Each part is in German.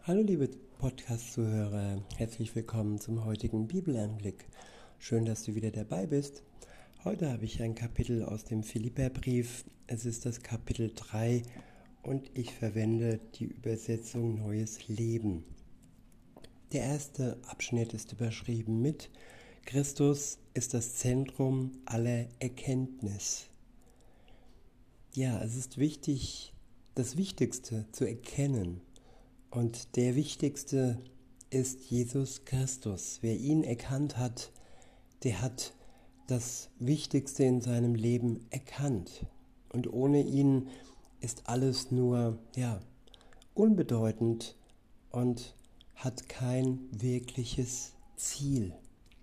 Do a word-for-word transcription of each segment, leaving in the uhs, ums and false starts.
Hallo liebe Podcast-Zuhörer, herzlich willkommen zum heutigen Bibelanblick. Schön, dass du wieder dabei bist. Heute habe ich ein Kapitel aus dem Philipperbrief. Es ist das Kapitel drei und ich verwende die Übersetzung Neues Leben. Der erste Abschnitt ist überschrieben mit Christus ist das Zentrum aller Erkenntnis. Ja, es ist wichtig, das Wichtigste zu erkennen. Und der Wichtigste ist Jesus Christus. Wer ihn erkannt hat, der hat das Wichtigste in seinem Leben erkannt. Und ohne ihn ist alles nur, ja, unbedeutend und hat kein wirkliches Ziel.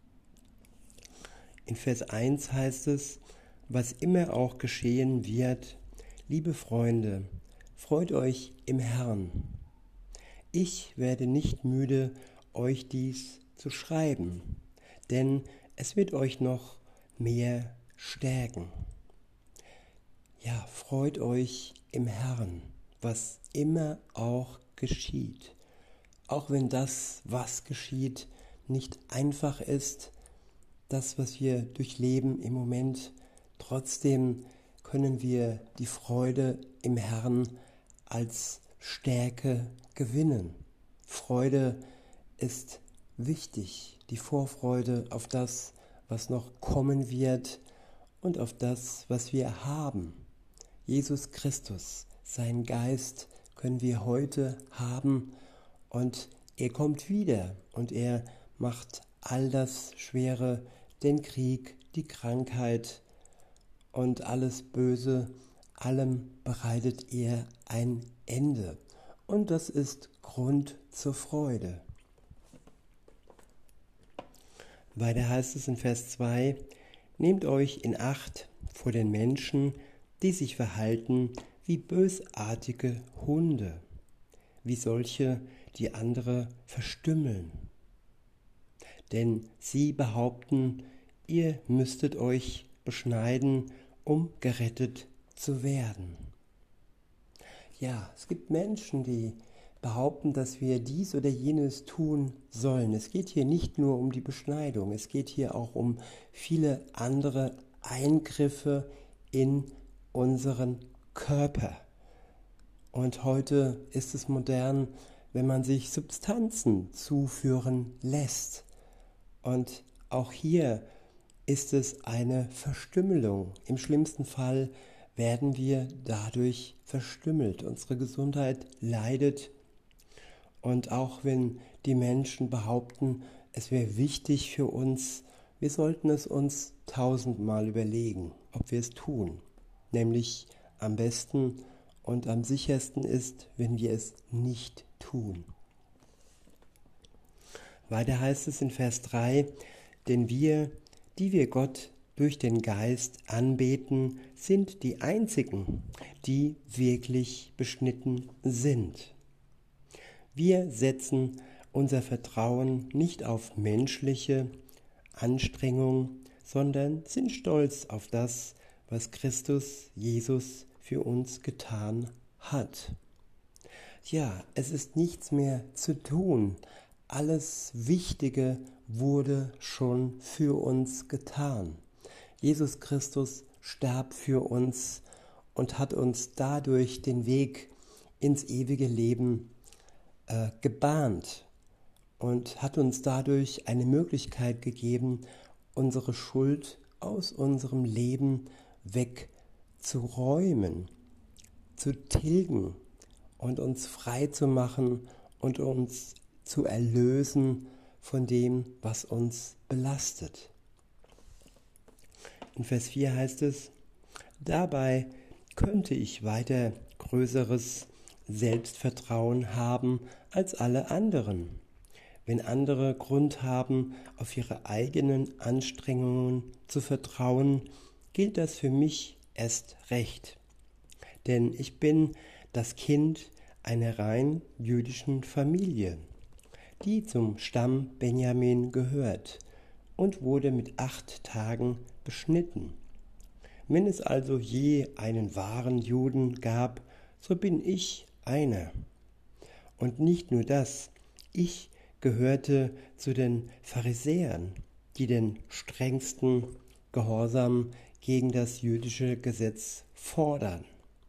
In Vers eins heißt es, was immer auch geschehen wird, liebe Freunde, freut euch im Herrn. Ich werde nicht müde, euch dies zu schreiben, denn es wird euch noch mehr stärken. Ja, freut euch im Herrn, was immer auch geschieht. Auch wenn das, was geschieht, nicht einfach ist, das, was wir durchleben im Moment, trotzdem können wir die Freude im Herrn als Stärke gewinnen. Freude ist wichtig, die Vorfreude auf das, was noch kommen wird und auf das, was wir haben. Jesus Christus, sein Geist können wir heute haben und er kommt wieder und er macht all das Schwere, den Krieg, die Krankheit und alles Böse, allem bereitet er ein Ende. Und das ist Grund zur Freude. Weiter heißt es in Vers zwei, nehmt euch in Acht vor den Menschen, die sich verhalten wie bösartige Hunde, wie solche, die andere verstümmeln. Denn sie behaupten, ihr müsstet euch beschneiden, um gerettet zu werden. Ja, es gibt Menschen, die behaupten, dass wir dies oder jenes tun sollen. Es geht hier nicht nur um die Beschneidung, es geht hier auch um viele andere Eingriffe in unseren Körper. Und heute ist es modern, wenn man sich Substanzen zuführen lässt. Und auch hier ist es eine Verstümmelung. Im schlimmsten Fall werden wir dadurch verstümmelt. Unsere Gesundheit leidet. Und auch wenn die Menschen behaupten, es wäre wichtig für uns, wir sollten es uns tausendmal überlegen, ob wir es tun. Nämlich am besten und am sichersten ist, wenn wir es nicht tun. Weiter heißt es in Vers drei, denn wir, die wir Gott durch den Geist anbeten, sind die einzigen, die wirklich beschnitten sind. Wir setzen unser Vertrauen nicht auf menschliche Anstrengung, sondern sind stolz auf das, was Christus Jesus für uns getan hat. Ja, es ist nichts mehr zu tun. Alles Wichtige wurde schon für uns getan. Jesus Christus starb für uns und hat uns dadurch den Weg ins ewige Leben äh, gebahnt und hat uns dadurch eine Möglichkeit gegeben, unsere Schuld aus unserem Leben wegzuräumen, zu tilgen und uns frei zu machen und uns zu erlösen von dem, was uns belastet. In Vers vier heißt es, dabei könnte ich weiter größeres Selbstvertrauen haben als alle anderen. Wenn andere Grund haben, auf ihre eigenen Anstrengungen zu vertrauen, gilt das für mich erst recht. Denn ich bin das Kind einer rein jüdischen Familie, die zum Stamm Benjamin gehört und wurde mit acht Tagen beschnitten. Wenn es also je einen wahren Juden gab, so bin ich einer. Und nicht nur das, ich gehörte zu den Pharisäern, die den strengsten Gehorsam gegen das jüdische Gesetz fordern.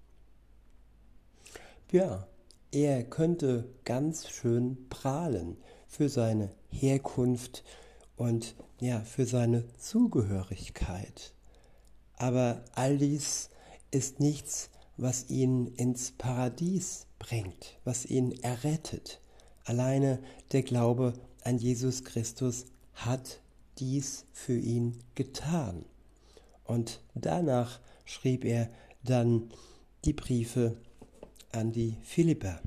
Ja, er könnte ganz schön prahlen für seine Herkunft und ja, für seine Zugehörigkeit. Aber all dies ist nichts, was ihn ins Paradies bringt, was ihn errettet. Alleine der Glaube an Jesus Christus hat dies für ihn getan. Und danach schrieb er dann die Briefe an die Philipper.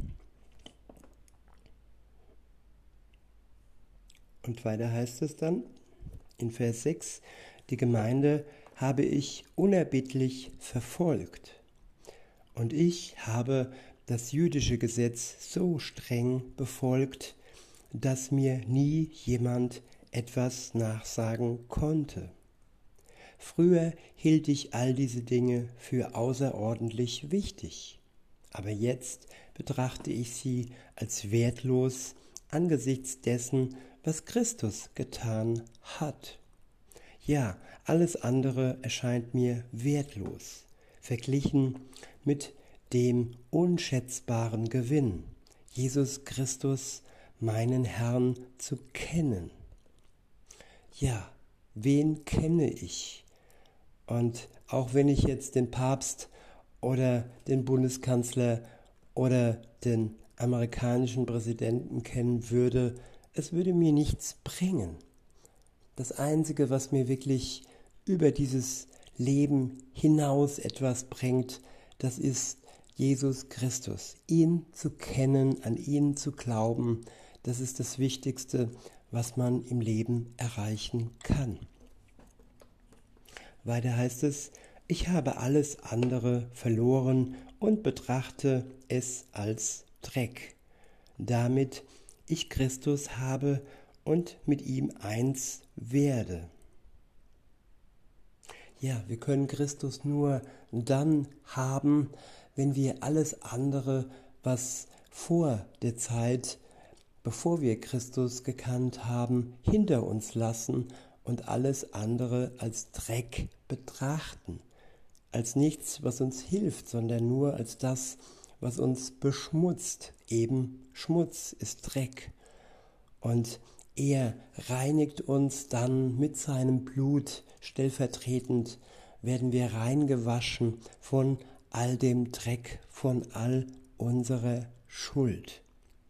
Und weiter heißt es dann in Vers sechs, die Gemeinde habe ich unerbittlich verfolgt. Und ich habe das jüdische Gesetz so streng befolgt, dass mir nie jemand etwas nachsagen konnte. Früher hielt ich all diese Dinge für außerordentlich wichtig, aber jetzt betrachte ich sie als wertlos angesichts dessen, was Christus getan hat. Ja, alles andere erscheint mir wertlos, verglichen mit dem unschätzbaren Gewinn, Jesus Christus, meinen Herrn, zu kennen. Ja, wen kenne ich? Und auch wenn ich jetzt den Papst oder den Bundeskanzler oder den amerikanischen Präsidenten kennen würde, es würde mir nichts bringen. Das Einzige, was mir wirklich über dieses Leben hinaus etwas bringt, das ist Jesus Christus. Ihn zu kennen, an ihn zu glauben, das ist das Wichtigste, was man im Leben erreichen kann. Weiter heißt es, ich habe alles andere verloren und betrachte es als Dreck, damit ich Christus habe und mit ihm eins werde. Ja, wir können Christus nur dann haben, wenn wir alles andere, was vor der Zeit, bevor wir Christus gekannt haben, hinter uns lassen und alles andere als Dreck betrachten. Als nichts, was uns hilft, sondern nur als das, was uns beschmutzt. Eben Schmutz ist Dreck. Und er reinigt uns dann mit seinem Blut, stellvertretend werden wir reingewaschen von all dem Dreck, von all unserer Schuld.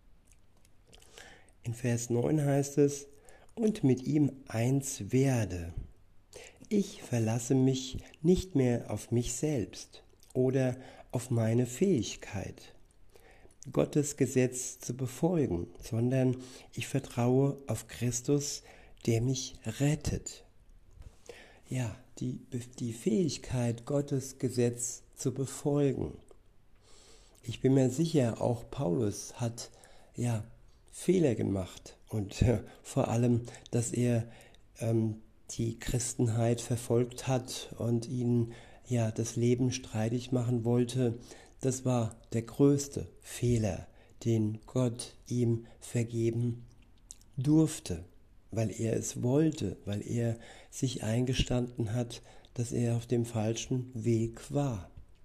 In Vers neun heißt es, und mit ihm eins werde. Ich verlasse mich nicht mehr auf mich selbst oder auf meine Fähigkeit, Gottes Gesetz zu befolgen, sondern ich vertraue auf Christus, der mich rettet. Ja, die, die Fähigkeit, Gottes Gesetz zu befolgen. Ich bin mir sicher, auch Paulus hat ja Fehler gemacht und äh, vor allem, dass er ähm, die Christenheit verfolgt hat und ihnen ja das Leben streitig machen wollte. Das war der größte Fehler, den Gott ihm vergeben durfte, weil er es wollte, weil er sich eingestanden hat, dass er auf dem falschen Weg war.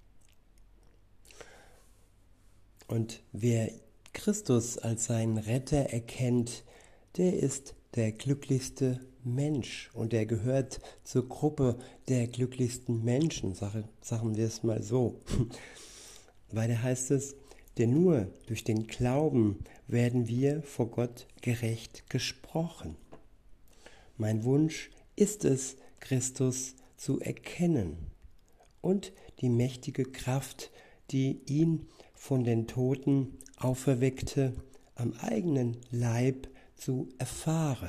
Und wer Christus als seinen Retter erkennt, der ist der glücklichste Mensch und er gehört zur Gruppe der glücklichsten Menschen, sagen wir es mal so. Weiter heißt es, denn nur durch den Glauben werden wir vor Gott gerecht gesprochen. Mein Wunsch ist es, Christus zu erkennen und die mächtige Kraft, die ihn von den Toten auferweckte, am eigenen Leib zu erfahren.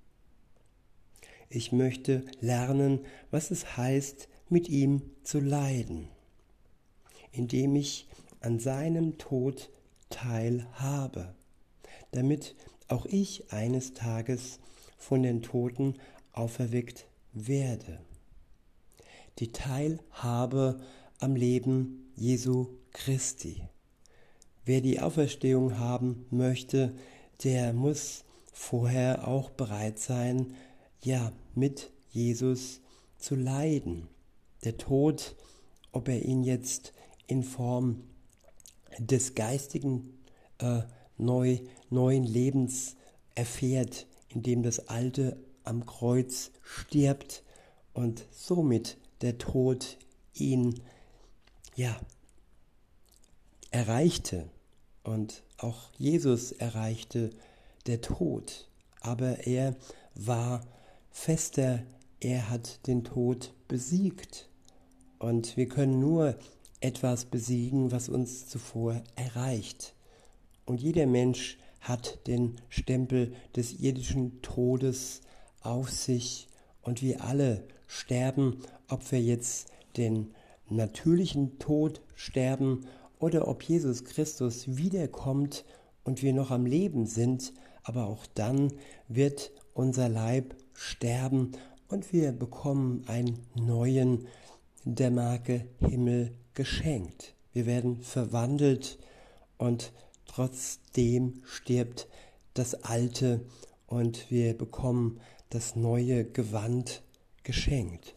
Ich möchte lernen, was es heißt, mit ihm zu leiden, indem ich an seinem Tod teilhabe, damit auch ich eines Tages von den Toten auferweckt werde. Die Teilhabe am Leben Jesu Christi. wer die Auferstehung haben möchte, der muss vorher auch bereit sein, ja, mit Jesus zu leiden. Der Tod, ob er ihn jetzt in Form des geistigen äh, neu, neuen Lebens erfährt, indem das Alte am Kreuz stirbt und somit der Tod ihn ja erreichte und auch Jesus erreichte der Tod, aber er war fester, er hat den Tod besiegt und wir können nur etwas besiegen, was uns zuvor erreicht. Und jeder Mensch hat den Stempel des irdischen Todes auf sich und wir alle sterben, ob wir jetzt den natürlichen Tod sterben oder ob Jesus Christus wiederkommt und wir noch am Leben sind, aber auch dann wird unser Leib sterben und wir bekommen einen neuen, der Marke Himmel geschenkt. Wir werden verwandelt und trotzdem stirbt das Alte und wir bekommen das neue Gewand geschenkt.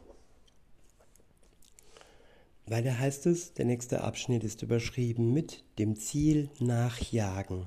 Weiter heißt es, der nächste Abschnitt ist überschrieben mit dem Ziel nachjagen.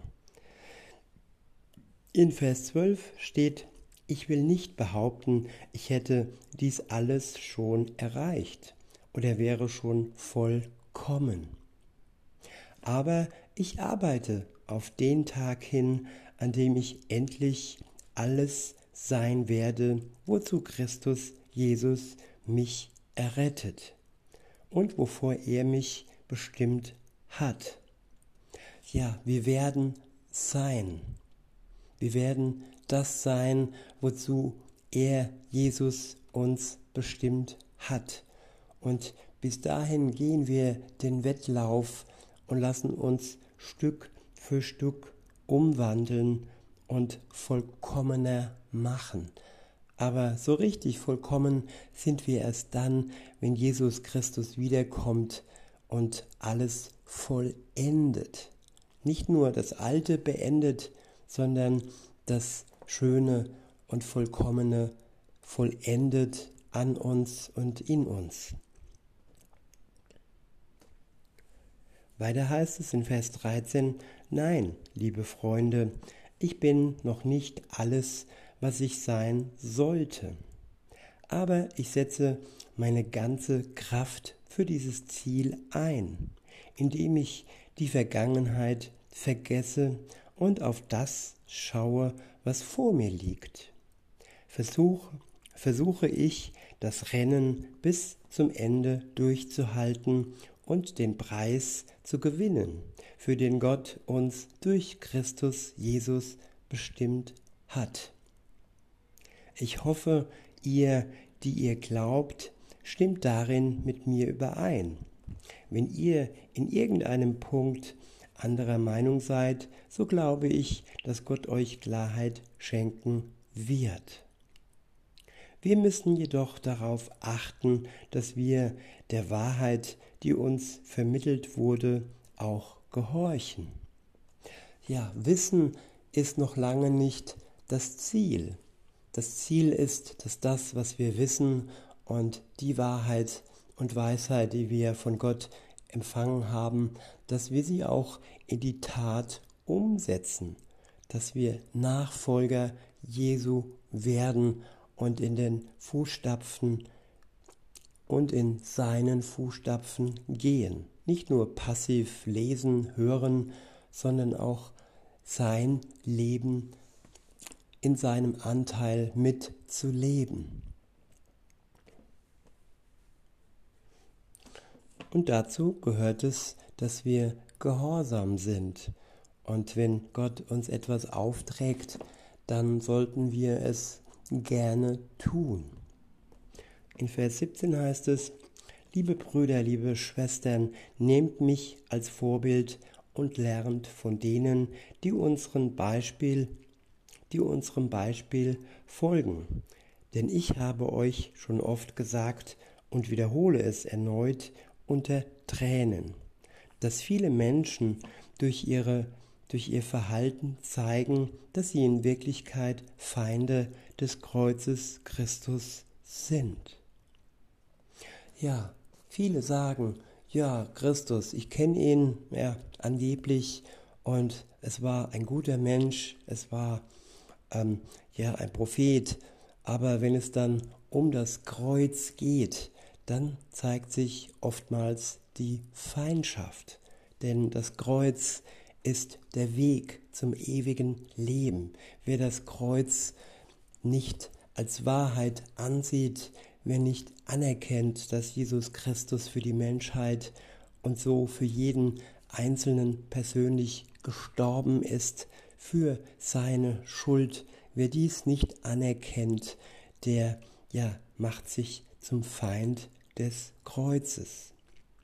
In Vers zwölf steht, ich will nicht behaupten, ich hätte dies alles schon erreicht oder wäre schon vollkommen. Aber ich arbeite auf den Tag hin, an dem ich endlich alles sein werde, wozu Christus Jesus mich errettet und wovor er mich bestimmt hat. Ja, wir werden sein. Wir werden das sein, wozu er, Jesus, uns bestimmt hat. Und bis dahin gehen wir den Wettlauf und lassen uns Stück für Stück umwandeln und vollkommener machen. Aber so richtig vollkommen sind wir erst dann, wenn Jesus Christus wiederkommt und alles vollendet. Nicht nur das Alte beendet, sondern das Schöne und Vollkommene vollendet an uns und in uns. Weiter heißt es in Vers dreizehn, nein, liebe Freunde, ich bin noch nicht alles, was ich sein sollte. Aber ich setze meine ganze Kraft für dieses Ziel ein, indem ich die Vergangenheit vergesse und auf das schaue, was vor mir liegt. Versuch, versuche ich, das Rennen bis zum Ende durchzuhalten und den Preis zu gewinnen, für den Gott uns durch Christus Jesus bestimmt hat. Ich hoffe, ihr, die ihr glaubt, stimmt darin mit mir überein. Wenn ihr in irgendeinem Punkt anderer Meinung seid, so glaube ich, dass Gott euch Klarheit schenken wird. Wir müssen jedoch darauf achten, dass wir der Wahrheit, die uns vermittelt wurde, auch gehorchen. Ja, Wissen ist noch lange nicht das Ziel. Das Ziel ist, dass das, was wir wissen und die Wahrheit und Weisheit, die wir von Gott empfangen haben, dass wir sie auch in die Tat umsetzen, dass wir Nachfolger Jesu werden und in den Fußstapfen und in seinen Fußstapfen gehen. Nicht nur passiv lesen, hören, sondern auch sein Leben in seinem Anteil mitzuleben. Und dazu gehört es, dass wir gehorsam sind. Und wenn Gott uns etwas aufträgt, dann sollten wir es gerne tun. In Vers siebzehn heißt es, liebe Brüder, liebe Schwestern, nehmt mich als Vorbild und lernt von denen, die unserem Beispiel, die unserem Beispiel folgen. Denn ich habe euch schon oft gesagt und wiederhole es erneut unter Tränen, dass viele Menschen durch, ihre, durch ihr Verhalten zeigen, dass sie in Wirklichkeit Feinde des Kreuzes Christus sind. Ja, viele sagen, ja, Christus, ich kenne ihn, ja, angeblich, und es war ein guter Mensch, es war ähm, ja ein Prophet, aber wenn es dann um das Kreuz geht, dann zeigt sich oftmals die Feindschaft, denn das Kreuz ist der Weg zum ewigen Leben. Wer das Kreuz nicht als Wahrheit ansieht, wer nicht anerkennt, dass Jesus Christus für die Menschheit und so für jeden Einzelnen persönlich gestorben ist, für seine Schuld, wer dies nicht anerkennt, der ja macht sich zum Feind des Kreuzes.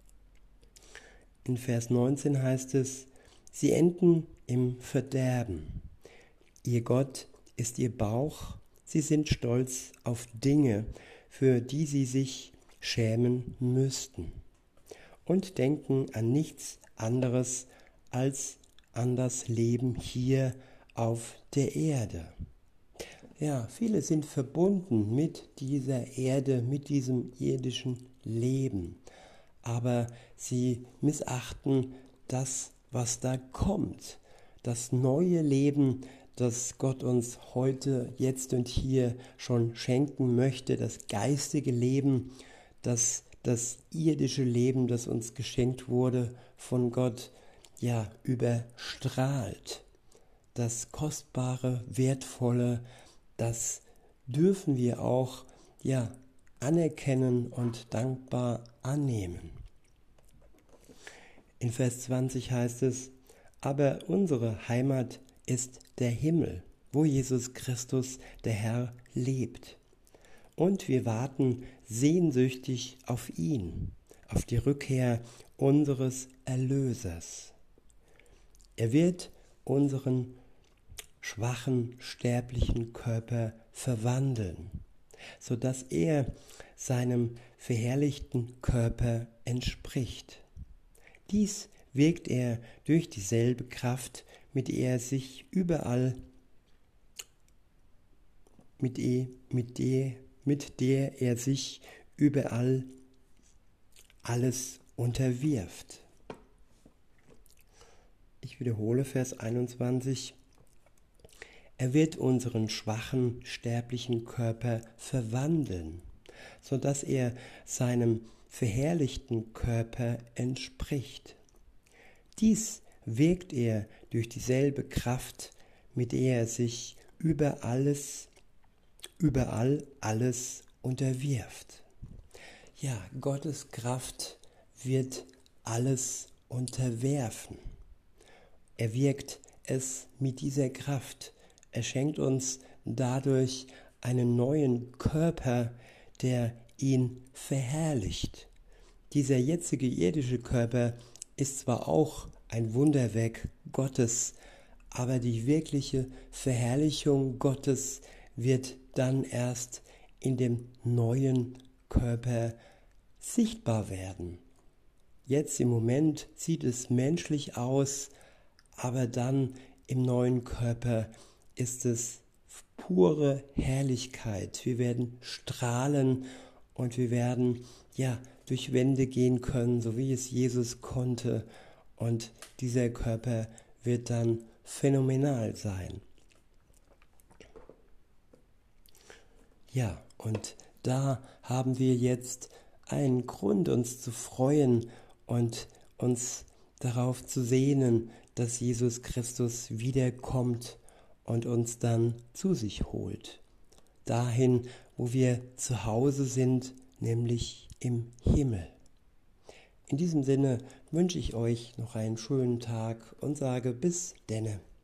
In Vers neunzehn heißt es, sie enden im Verderben. Ihr Gott ist ihr Bauch, sie sind stolz auf Dinge, für die sie sich schämen müssten, und denken an nichts anderes als an das Leben hier auf der Erde. Ja, viele sind verbunden mit dieser Erde, mit diesem irdischen Leben, aber sie missachten das, was da kommt, das neue Leben, das Gott uns heute, jetzt und hier schon schenken möchte, das geistige Leben, das, das irdische Leben, das uns geschenkt wurde von Gott, ja, überstrahlt. Das Kostbare, Wertvolle, das dürfen wir auch, ja, anerkennen und dankbar annehmen. In Vers zwanzig heißt es, aber unsere Heimat ist der Himmel, wo Jesus Christus, der Herr, lebt. Und wir warten sehnsüchtig auf ihn, auf die Rückkehr unseres Erlösers. Er wird unseren schwachen, sterblichen Körper verwandeln, sodass er seinem verherrlichten Körper entspricht. Dies wirkt er durch dieselbe Kraft, mit der er sich überall, mit, e, mit, der, mit der er sich überall alles unterwirft. Ich wiederhole Vers einundzwanzig. Er wird unseren schwachen, sterblichen Körper verwandeln, sodass er seinem verherrlichten Körper entspricht. Dies wirkt er durch dieselbe Kraft, mit der er sich über alles, überall alles unterwirft. Ja, Gottes Kraft wird alles unterwerfen. Er wirkt es mit dieser Kraft. Er schenkt uns dadurch einen neuen Körper, der ihn verherrlicht. Dieser jetzige irdische Körper ist zwar auch ein Wunderwerk Gottes, aber die wirkliche Verherrlichung Gottes wird dann erst in dem neuen Körper sichtbar werden. Jetzt im Moment sieht es menschlich aus, aber dann im neuen Körper ist es pure Herrlichkeit. Wir werden strahlen und wir werden ja durch Wände gehen können, so wie es Jesus konnte. Und dieser Körper wird dann phänomenal sein. Ja, und da haben wir jetzt einen Grund, uns zu freuen und uns darauf zu sehnen, dass Jesus Christus wiederkommt und uns dann zu sich holt. Dahin, wo wir zu Hause sind, nämlich im Himmel. In diesem Sinne wünsche ich euch noch einen schönen Tag und sage bis denne.